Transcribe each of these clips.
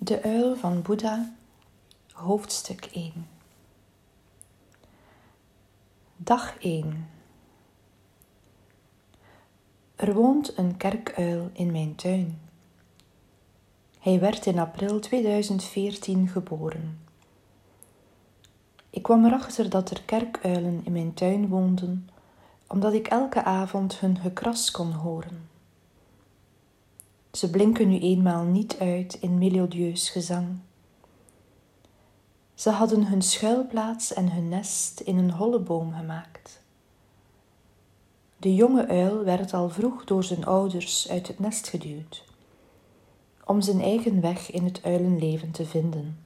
De uil van Boeddha, hoofdstuk 1. Dag 1. Er woont een kerkuil in mijn tuin. Hij werd in april 2014 geboren. Ik kwam erachter dat er kerkuilen in mijn tuin woonden, omdat ik elke avond hun gekras kon horen. Ze blinken nu eenmaal niet uit in melodieus gezang. Ze hadden hun schuilplaats en hun nest in een holle boom gemaakt. De jonge uil werd al vroeg door zijn ouders uit het nest geduwd, om zijn eigen weg in het uilenleven te vinden.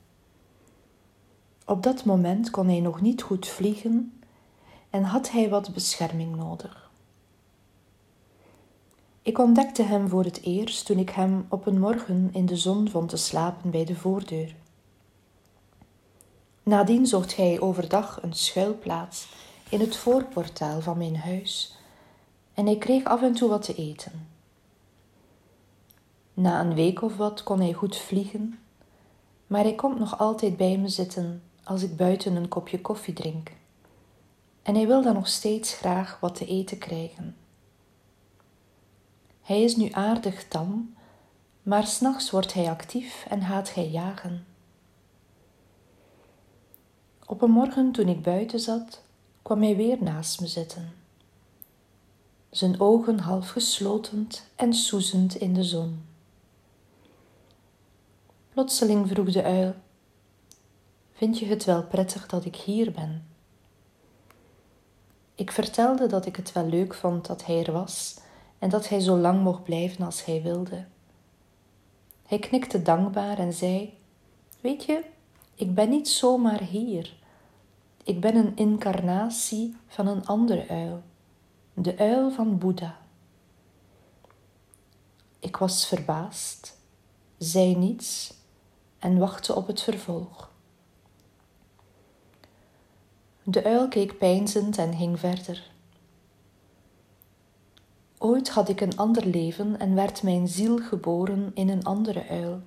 Op dat moment kon hij nog niet goed vliegen en had hij wat bescherming nodig. Ik ontdekte hem voor het eerst toen ik hem op een morgen in de zon vond te slapen bij de voordeur. Nadien zocht hij overdag een schuilplaats in het voorportaal van mijn huis en hij kreeg af en toe wat te eten. Na een week of wat kon hij goed vliegen, maar hij komt nog altijd bij me zitten als ik buiten een kopje koffie drink. En hij wil dan nog steeds graag wat te eten krijgen. Hij is nu aardig tam, maar 's nachts wordt hij actief en gaat hij jagen. Op een morgen toen ik buiten zat, kwam hij weer naast me zitten. Zijn ogen half gesloten en soezend in de zon. Plotseling vroeg de uil: "Vind je het wel prettig dat ik hier ben?" Ik vertelde dat ik het wel leuk vond dat hij er was en dat hij zo lang mocht blijven als hij wilde. Hij knikte dankbaar en zei: "Weet je, ik ben niet zomaar hier. Ik ben een incarnatie van een andere uil, de uil van Boeddha." Ik was verbaasd, zei niets en wachtte op het vervolg. De uil keek peinzend en ging verder. Ooit had ik een ander leven en werd mijn ziel geboren in een andere uil.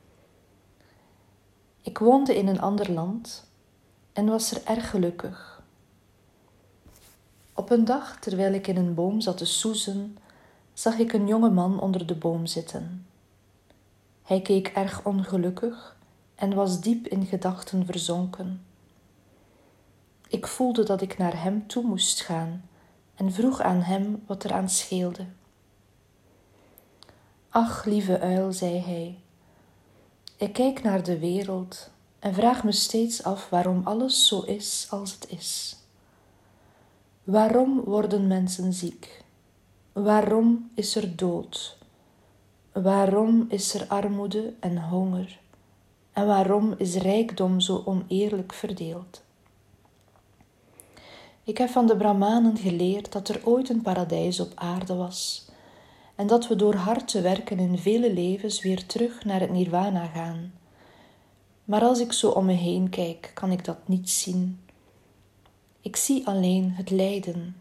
Ik woonde in een ander land en was er erg gelukkig. Op een dag, terwijl ik in een boom zat te soezen, zag ik een jonge man onder de boom zitten. Hij keek erg ongelukkig en was diep in gedachten verzonken. Ik voelde dat ik naar hem toe moest gaan en vroeg aan hem wat er aan scheelde. "Ach, lieve uil," zei hij, "ik kijk naar de wereld en vraag me steeds af waarom alles zo is als het is. Waarom worden mensen ziek? Waarom is er dood? Waarom is er armoede en honger? En waarom is rijkdom zo oneerlijk verdeeld? Ik heb van de Brahmanen geleerd dat er ooit een paradijs op aarde was en dat we door hard te werken in vele levens weer terug naar het nirvana gaan. Maar als ik zo om me heen kijk, kan ik dat niet zien. Ik zie alleen het lijden."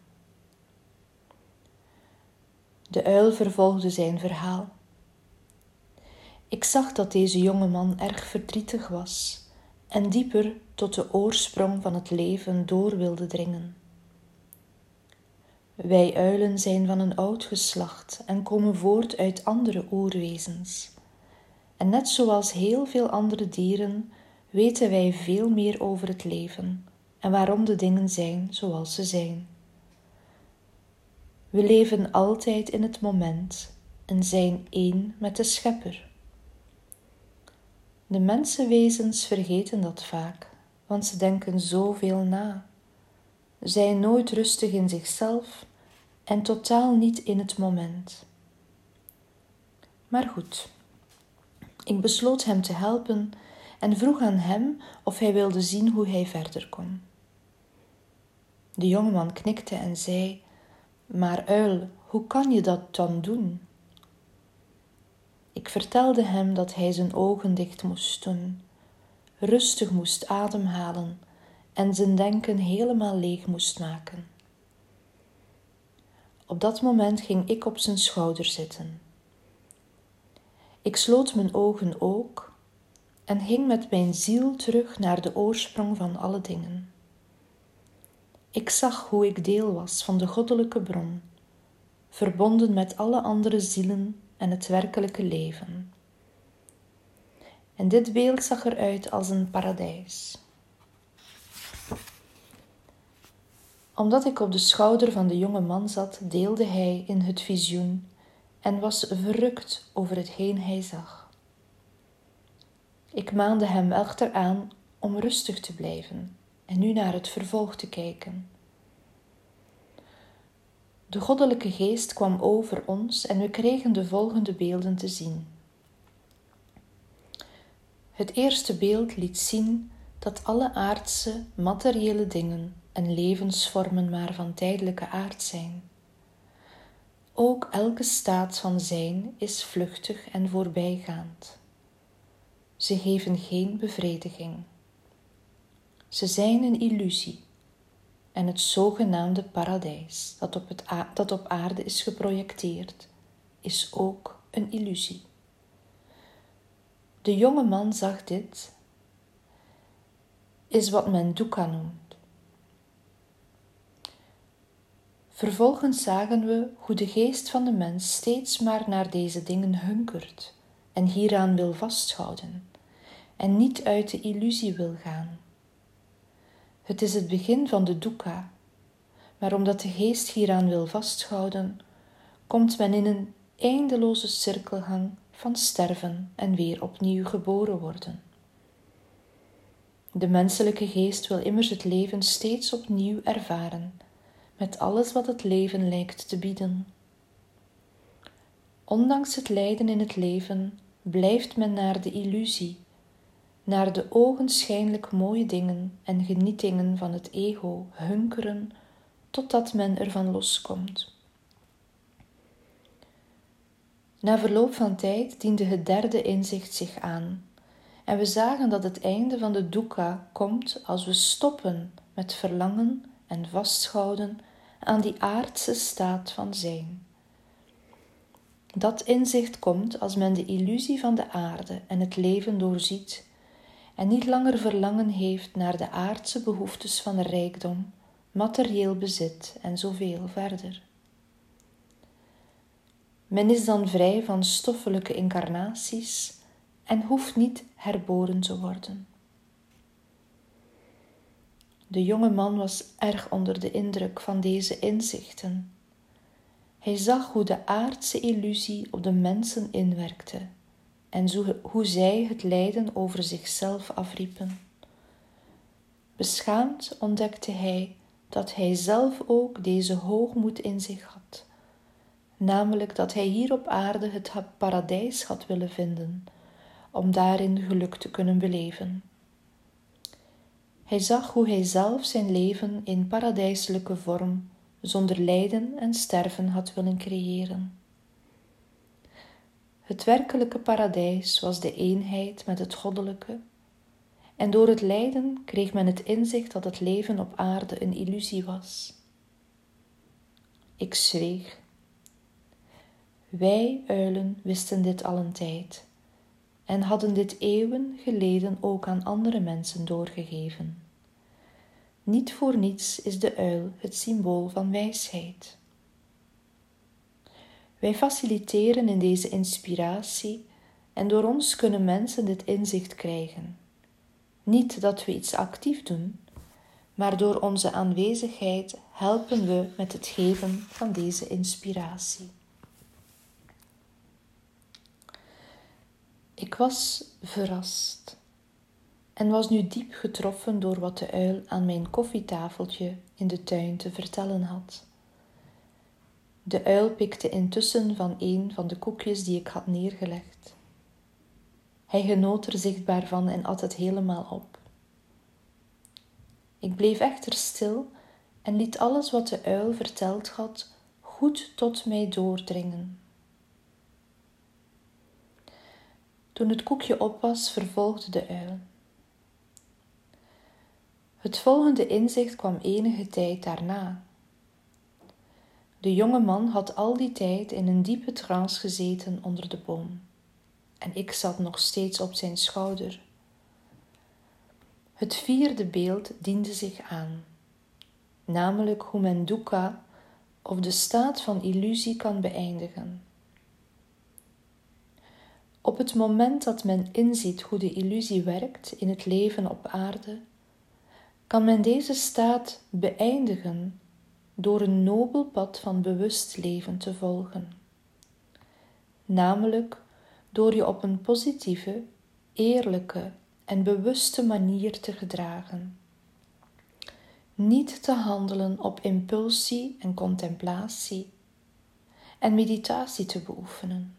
De uil vervolgde zijn verhaal. Ik zag dat deze jonge man erg verdrietig was en dieper tot de oorsprong van het leven door wilde dringen. Wij uilen zijn van een oud geslacht en komen voort uit andere oerwezens. En net zoals heel veel andere dieren weten wij veel meer over het leven en waarom de dingen zijn zoals ze zijn. We leven altijd in het moment en zijn één met de Schepper. De mensenwezens vergeten dat vaak, want ze denken zoveel na, zijn nooit rustig in zichzelf en totaal niet in het moment. Maar goed, ik besloot hem te helpen en vroeg aan hem of hij wilde zien hoe hij verder kon. De jongeman knikte en zei: "Maar uil, hoe kan je dat dan doen?" Ik vertelde hem dat hij zijn ogen dicht moest doen, rustig moest ademhalen en zijn denken helemaal leeg moest maken. Op dat moment ging ik op zijn schouder zitten. Ik sloot mijn ogen ook en ging met mijn ziel terug naar de oorsprong van alle dingen. Ik zag hoe ik deel was van de goddelijke bron, verbonden met alle andere zielen en het werkelijke leven. En dit beeld zag eruit als een paradijs. Omdat ik op de schouder van de jonge man zat, deelde hij in het visioen en was verrukt over hetgeen hij zag. Ik maande hem echter aan om rustig te blijven en nu naar het vervolg te kijken. De goddelijke geest kwam over ons en we kregen de volgende beelden te zien. Het eerste beeld liet zien dat alle aardse, materiële dingen en levensvormen maar van tijdelijke aard zijn. Ook elke staat van zijn is vluchtig en voorbijgaand. Ze geven geen bevrediging. Ze zijn een illusie en het zogenaamde paradijs dat op aarde is geprojecteerd, is ook een illusie. De jonge man zag dit, is wat men dukkha noemt. Vervolgens zagen we hoe de geest van de mens steeds maar naar deze dingen hunkert en hieraan wil vasthouden en niet uit de illusie wil gaan. Het is het begin van de dukkha, maar omdat de geest hieraan wil vasthouden, komt men in een eindeloze cirkelgang van sterven en weer opnieuw geboren worden. De menselijke geest wil immers het leven steeds opnieuw ervaren, met alles wat het leven lijkt te bieden. Ondanks het lijden in het leven blijft men naar de illusie, naar de ogenschijnlijk mooie dingen en genietingen van het ego hunkeren, totdat men ervan loskomt. Na verloop van tijd diende het derde inzicht zich aan, en we zagen dat het einde van de dukkha komt als we stoppen met verlangen en vasthouden aan die aardse staat van zijn. Dat inzicht komt als men de illusie van de aarde en het leven doorziet en niet langer verlangen heeft naar de aardse behoeftes van rijkdom, materieel bezit en zoveel verder. Men is dan vrij van stoffelijke incarnaties en hoeft niet herboren te worden. De jonge man was erg onder de indruk van deze inzichten. Hij zag hoe de aardse illusie op de mensen inwerkte en hoe zij het lijden over zichzelf afriepen. Beschaamd ontdekte hij dat hij zelf ook deze hoogmoed in zich had, namelijk dat hij hier op aarde het paradijs had willen vinden, om daarin geluk te kunnen beleven. Hij zag hoe hij zelf zijn leven in paradijselijke vorm, zonder lijden en sterven had willen creëren. Het werkelijke paradijs was de eenheid met het goddelijke, en door het lijden kreeg men het inzicht dat het leven op aarde een illusie was. Ik zweeg. Wij uilen wisten dit al een tijd en hadden dit eeuwen geleden ook aan andere mensen doorgegeven. Niet voor niets is de uil het symbool van wijsheid. Wij faciliteren in deze inspiratie en door ons kunnen mensen dit inzicht krijgen. Niet dat we iets actief doen, maar door onze aanwezigheid helpen we met het geven van deze inspiratie. Ik was verrast en was nu diep getroffen door wat de uil aan mijn koffietafeltje in de tuin te vertellen had. De uil pikte intussen van een van de koekjes die ik had neergelegd. Hij genoot er zichtbaar van en at het helemaal op. Ik bleef echter stil en liet alles wat de uil verteld had goed tot mij doordringen. Toen het koekje op was, vervolgde de uil. Het volgende inzicht kwam enige tijd daarna. De jonge man had al die tijd in een diepe trance gezeten onder de boom. en ik zat nog steeds op zijn schouder. Het vierde beeld diende zich aan, namelijk hoe men dukkha, of de staat van illusie, kan beëindigen. Op het moment dat men inziet hoe de illusie werkt in het leven op aarde, kan men deze staat beëindigen door een nobel pad van bewust leven te volgen. Namelijk door je op een positieve, eerlijke en bewuste manier te gedragen. Niet te handelen op impulsie en contemplatie en meditatie te beoefenen.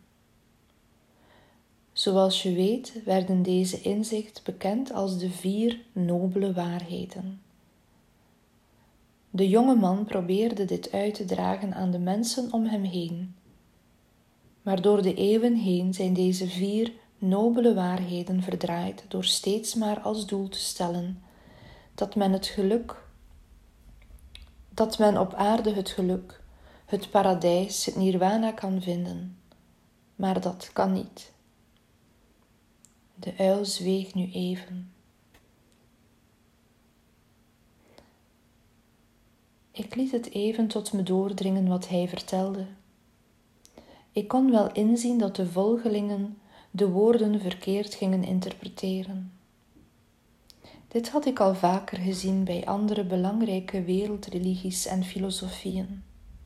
Zoals je weet werden deze inzichten bekend als de 4 nobele waarheden. De jonge man probeerde dit uit te dragen aan de mensen om hem heen. Maar door de eeuwen heen zijn deze 4 nobele waarheden verdraaid door steeds maar als doel te stellen dat men op aarde het geluk, het paradijs, het nirwana kan vinden. Maar dat kan niet. De uil zweeg nu even. Ik liet het even tot me doordringen wat hij vertelde. Ik kon wel inzien dat de volgelingen de woorden verkeerd gingen interpreteren. Dit had ik al vaker gezien bij andere belangrijke wereldreligies en filosofieën.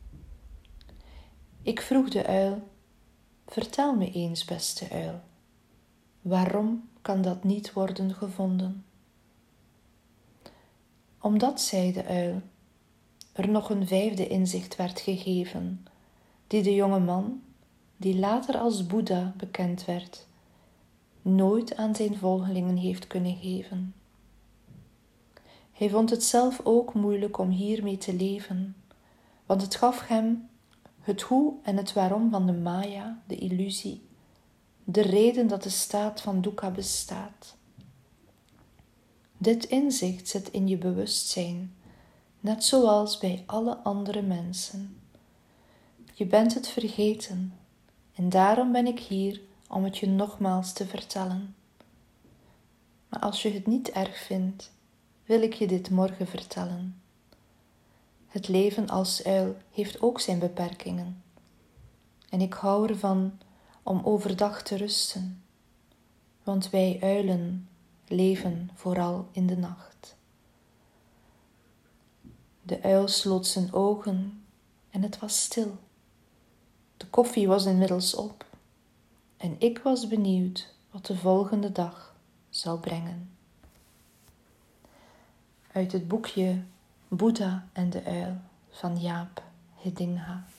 Ik vroeg de uil: vertel me eens, beste uil, waarom kan dat niet worden gevonden? Omdat, zei de uil, er nog een 5e inzicht werd gegeven, die de jonge man, die later als Boeddha bekend werd, nooit aan zijn volgelingen heeft kunnen geven. Hij vond het zelf ook moeilijk om hiermee te leven, want het gaf hem het hoe en het waarom van de maya, de illusie, de reden dat de staat van dukkha bestaat. Dit inzicht zit in je bewustzijn, net zoals bij alle andere mensen. Je bent het vergeten en daarom ben ik hier om het je nogmaals te vertellen. Maar als je het niet erg vindt, wil ik je dit morgen vertellen. Het leven als uil heeft ook zijn beperkingen. En ik hou ervan om overdag te rusten, want wij uilen leven vooral in de nacht. De uil sloot zijn ogen en het was stil. De koffie was inmiddels op en ik was benieuwd wat de volgende dag zou brengen. Uit het boekje Boeddha en de uil van Jaap Hiddinga.